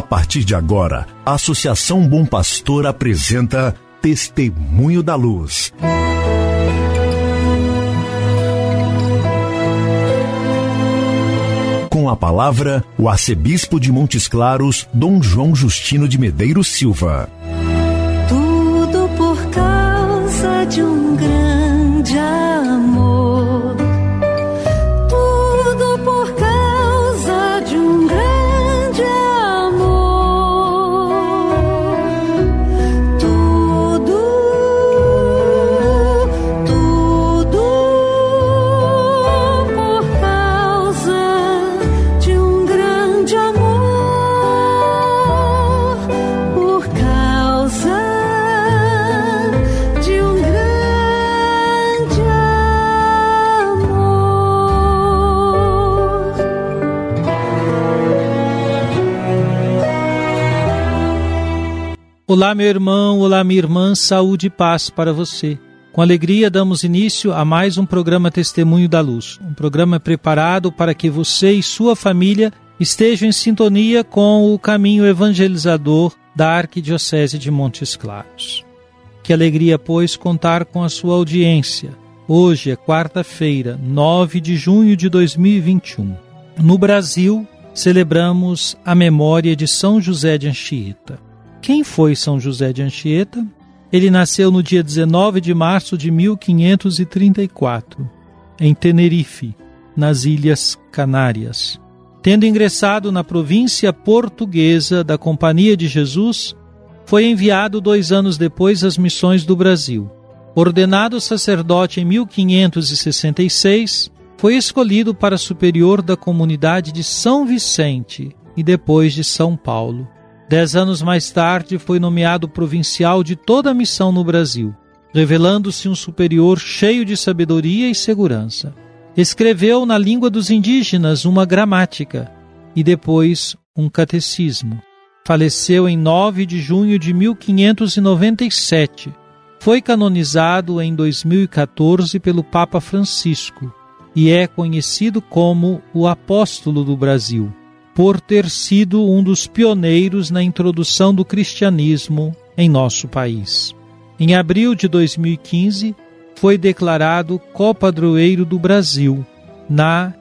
A partir de agora, a Associação Bom Pastor apresenta Testemunho da Luz. Com a palavra, o arcebispo de Montes Claros, Dom João Justino de Medeiros Silva. Tudo por causa de um grande amor. Tudo por causa de um grande amor. Tudo por causa de um grande amor. Por causa de um grande amor. Olá, meu irmão, olá, minha irmã, saúde e paz para você. Com alegria damos início a mais um programa Testemunho da Luz, um programa preparado para que você e sua família estejam em sintonia com o caminho evangelizador da Arquidiocese de Montes Claros. Que alegria, pois, contar com a sua audiência. Hoje é quarta-feira, 9 de junho de 2021. No Brasil, celebramos a memória de São José de Anchieta. Quem foi São José de Anchieta? Ele nasceu no dia 19 de março de 1534, em Tenerife, nas Ilhas Canárias. Tendo ingressado na província portuguesa da Companhia de Jesus, foi enviado 2 anos depois às missões do Brasil. Ordenado sacerdote em 1566, foi escolhido para superior da comunidade de São Vicente e depois de São Paulo. 10 anos mais tarde foi nomeado provincial de toda a missão no Brasil, revelando-se um superior cheio de sabedoria e segurança. Escreveu na língua dos indígenas uma gramática e depois um catecismo. Faleceu em 9 de junho de 1597. Foi canonizado em 2014 pelo Papa Francisco e é conhecido como o Apóstolo do Brasil, por ter sido um dos pioneiros na introdução do cristianismo em nosso país. Em abril de 2015, foi declarado copadroeiro do Brasil na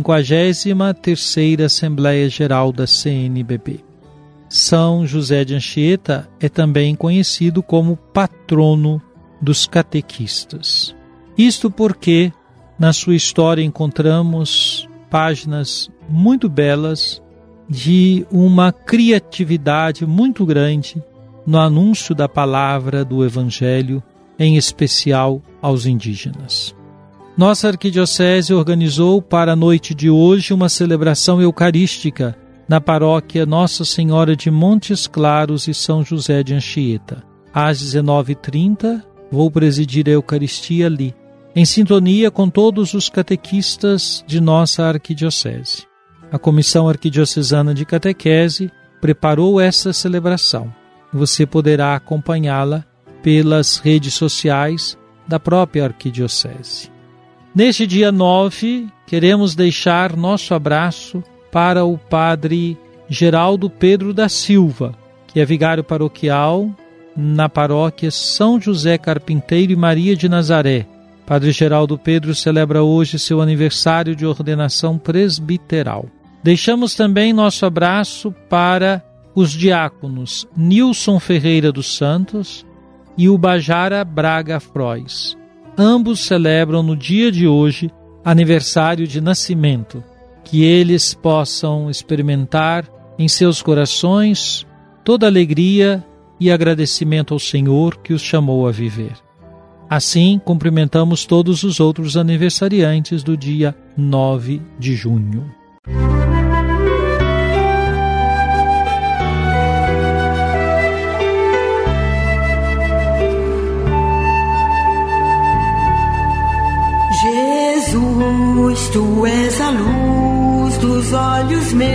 53ª Assembleia Geral da CNBB. São José de Anchieta é também conhecido como patrono dos catequistas. Isto porque, na sua história, encontramos páginas muito belas de uma criatividade muito grande no anúncio da palavra do Evangelho, em especial aos indígenas. Nossa Arquidiocese organizou para a noite de hoje uma celebração eucarística na paróquia Nossa Senhora de Montes Claros e São José de Anchieta. Às 19h30, vou presidir a Eucaristia ali, em sintonia com todos os catequistas de nossa Arquidiocese. A Comissão Arquidiocesana de Catequese preparou essa celebração. Você poderá acompanhá-la pelas redes sociais da própria Arquidiocese. Neste dia 9, queremos deixar nosso abraço para o Padre Geraldo Pedro da Silva, que é vigário paroquial na paróquia São José Carpinteiro e Maria de Nazaré. Padre Geraldo Pedro celebra hoje seu aniversário de ordenação presbiteral. Deixamos também nosso abraço para os diáconos Nilson Ferreira dos Santos e Ubajara Braga Frois. Ambos celebram no dia de hoje aniversário de nascimento. Que eles possam experimentar em seus corações toda alegria e agradecimento ao Senhor que os chamou a viver. Assim, cumprimentamos todos os outros aniversariantes do dia 9 de junho. Jesus, tu és a luz dos olhos meus.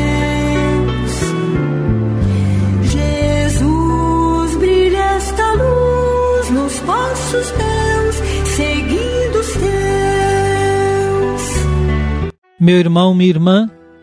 Jesus, brilha esta luz nos passos teus, seguindo os teus. Meu irmão, minha irmã,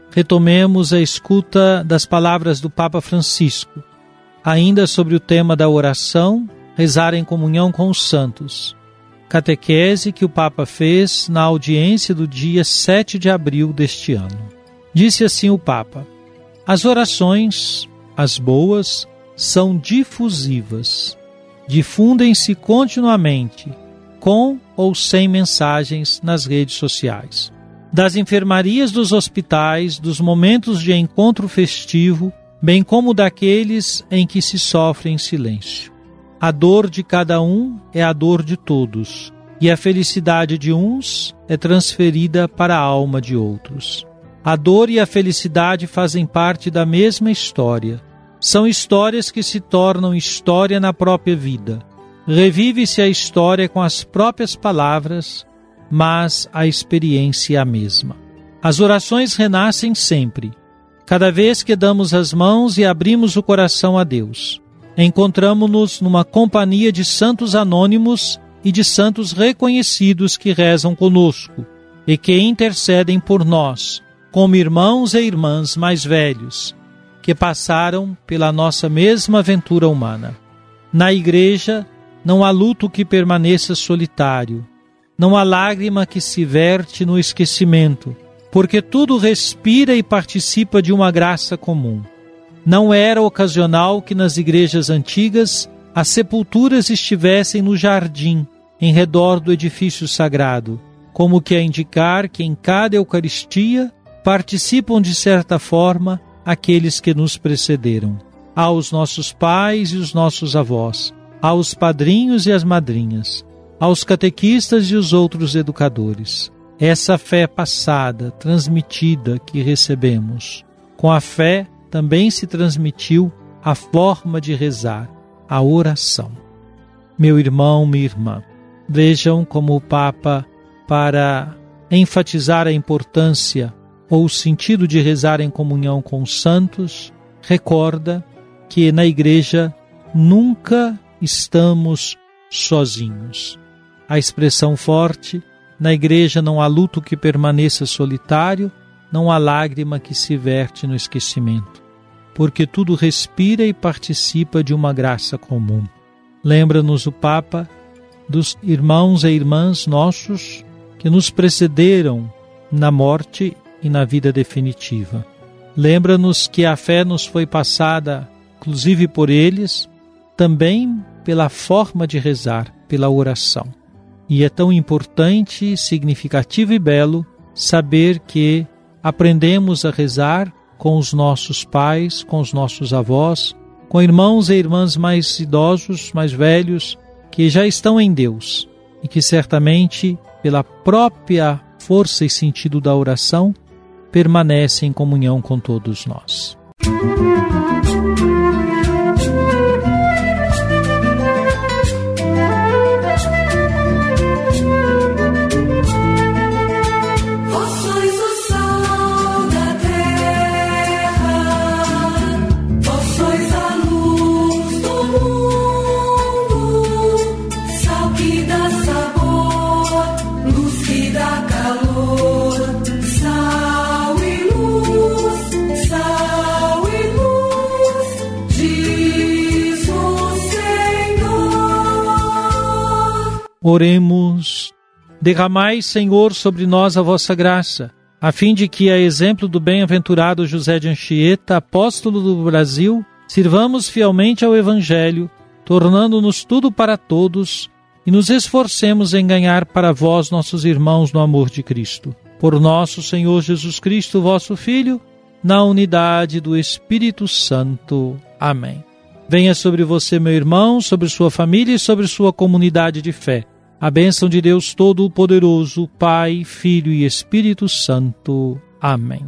retomemos a escuta das palavras do Papa Francisco, ainda sobre o tema da oração, rezar em comunhão com os santos. Catequese que o Papa fez na audiência do dia 7 de abril deste ano. Disse assim o Papa: as orações, as boas, são difusivas. Difundem-se continuamente, com ou sem mensagens nas redes sociais. Das enfermarias dos hospitais, dos momentos de encontro festivo, bem como daqueles em que se sofre em silêncio. A dor de cada um é a dor de todos, e a felicidade de uns é transferida para a alma de outros. A dor e a felicidade fazem parte da mesma história. São histórias que se tornam história na própria vida. Revive-se a história com as próprias palavras, mas a experiência é a mesma. As orações renascem sempre. Cada vez que damos as mãos e abrimos o coração a Deus, encontramo-nos numa companhia de santos anônimos e de santos reconhecidos que rezam conosco e que intercedem por nós, como irmãos e irmãs mais velhos, que passaram pela nossa mesma aventura humana. Na igreja, não há luto que permaneça solitário, não há lágrima que se verte no esquecimento, porque tudo respira e participa de uma graça comum. Não era ocasional que nas igrejas antigas as sepulturas estivessem no jardim, em redor do edifício sagrado, como que a indicar que em cada Eucaristia participam de certa forma aqueles que nos precederam. Aos nossos pais e os nossos avós, aos padrinhos e as madrinhas, aos catequistas e os outros educadores. Essa fé passada, transmitida que recebemos, com a fé também se transmitiu a forma de rezar, a oração. Meu irmão, minha irmã, vejam como o Papa, para enfatizar a importância ou o sentido de rezar em comunhão com os santos, recorda que na igreja nunca estamos sozinhos. A expressão forte: na igreja não há luto que permaneça solitário, não há lágrima que se verte no esquecimento, porque tudo respira e participa de uma graça comum. Lembra-nos o Papa dos irmãos e irmãs nossos que nos precederam na morte e na vida definitiva. Lembra-nos que a fé nos foi passada, inclusive por eles, também pela forma de rezar, pela oração. E é tão importante, significativo e belo saber que aprendemos a rezar com os nossos pais, com os nossos avós, com irmãos e irmãs mais idosos, mais velhos, que já estão em Deus e que certamente, pela própria força e sentido da oração, permanecem em comunhão com todos nós. Oremos. Derramai, Senhor, sobre nós a vossa graça, a fim de que, a exemplo do bem-aventurado José de Anchieta, apóstolo do Brasil, sirvamos fielmente ao Evangelho, tornando-nos tudo para todos, e nos esforcemos em ganhar para vós, nossos irmãos, no amor de Cristo. Por nosso Senhor Jesus Cristo, vosso Filho, na unidade do Espírito Santo. Amém. Venha sobre você, meu irmão, sobre sua família e sobre sua comunidade de fé a bênção de Deus Todo-Poderoso, Pai, Filho e Espírito Santo. Amém.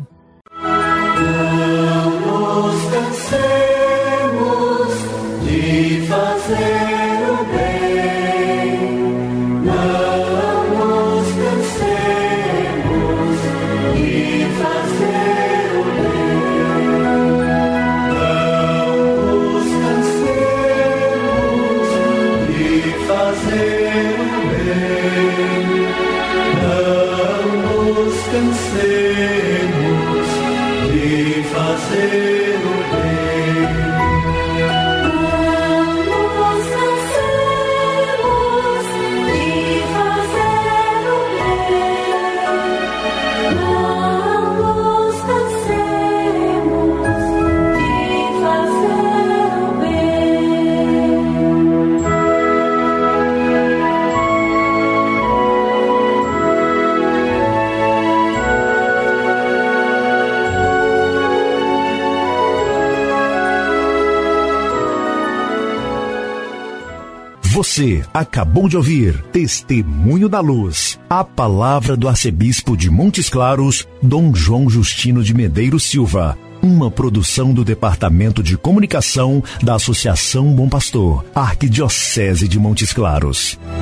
Não nos cansemos de fazer o bem, não nos cansemos de fazer o bem, não nos cansemos de fazer cansemos Você acabou de ouvir Testemunho da Luz, a palavra do arcebispo de Montes Claros, Dom João Justino de Medeiros Silva. Uma produção do Departamento de Comunicação da Associação Bom Pastor, Arquidiocese de Montes Claros.